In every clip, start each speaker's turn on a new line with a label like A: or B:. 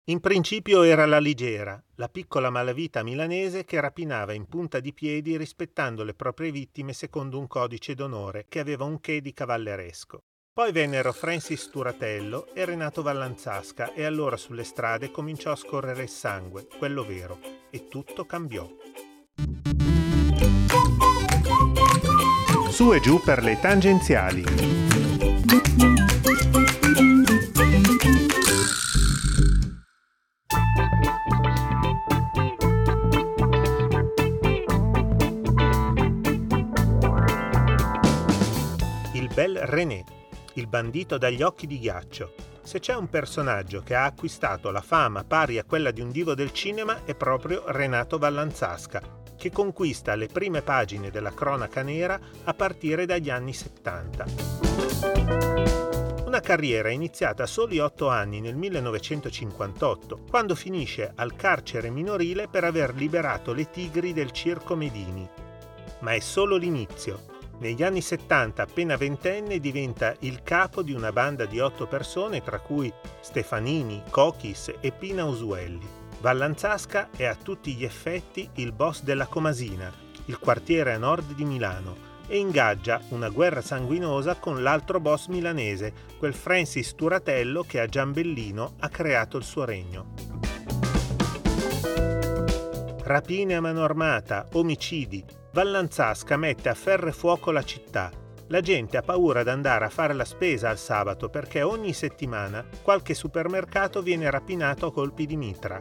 A: In principio era la Ligera, la piccola malavita milanese che rapinava in punta di piedi rispettando le proprie vittime secondo un codice d'onore che aveva un che di cavalleresco. Poi vennero Francis Turatello e Renato Vallanzasca e allora sulle strade cominciò a scorrere il sangue, quello vero, e tutto cambiò. Su e giù per le tangenziali. Il bel René, il bandito dagli occhi di ghiaccio. Se c'è un personaggio che ha acquistato la fama pari a quella di un divo del cinema è proprio Renato Vallanzasca, che conquista le prime pagine della cronaca nera a partire dagli anni 70. Una carriera iniziata a soli 8 anni nel 1958, quando finisce al carcere minorile per aver liberato le tigri del Circo Medini. Ma è solo l'inizio. Negli anni 70, appena ventenne, diventa il capo di una banda di 8 persone, tra cui Stefanini, Cochis e Pina Usuelli. Vallanzasca è a tutti gli effetti il boss della Comasina, il quartiere a nord di Milano, e ingaggia una guerra sanguinosa con l'altro boss milanese, quel Francis Turatello che a Giambellino ha creato il suo regno. Rapine a mano armata, omicidi. Vallanzasca mette a ferro e fuoco la città. La gente ha paura di andare a fare la spesa al sabato perché ogni settimana qualche supermercato viene rapinato a colpi di mitra.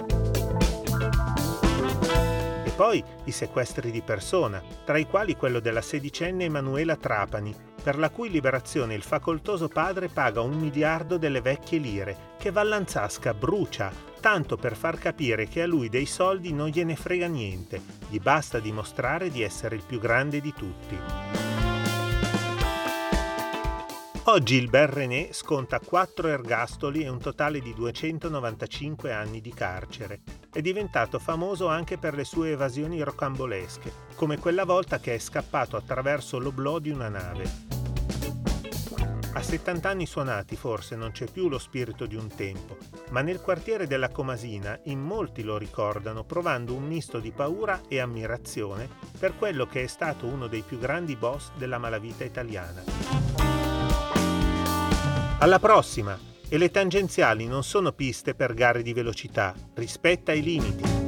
A: E poi i sequestri di persona, tra i quali quello della sedicenne Emanuela Trapani, per la cui liberazione il facoltoso padre paga 1 miliardo delle vecchie lire, che Vallanzasca brucia, tanto per far capire che a lui dei soldi non gliene frega niente, gli basta dimostrare di essere il più grande di tutti. Oggi il bel René sconta 4 ergastoli e un totale di 295 anni di carcere. È diventato famoso anche per le sue evasioni rocambolesche, come quella volta che è scappato attraverso l'oblò di una nave. A 70 anni suonati forse non c'è più lo spirito di un tempo, ma nel quartiere della Comasina in molti lo ricordano provando un misto di paura e ammirazione per quello che è stato uno dei più grandi boss della malavita italiana. Alla prossima! E le tangenziali non sono piste per gare di velocità, rispetta i limiti.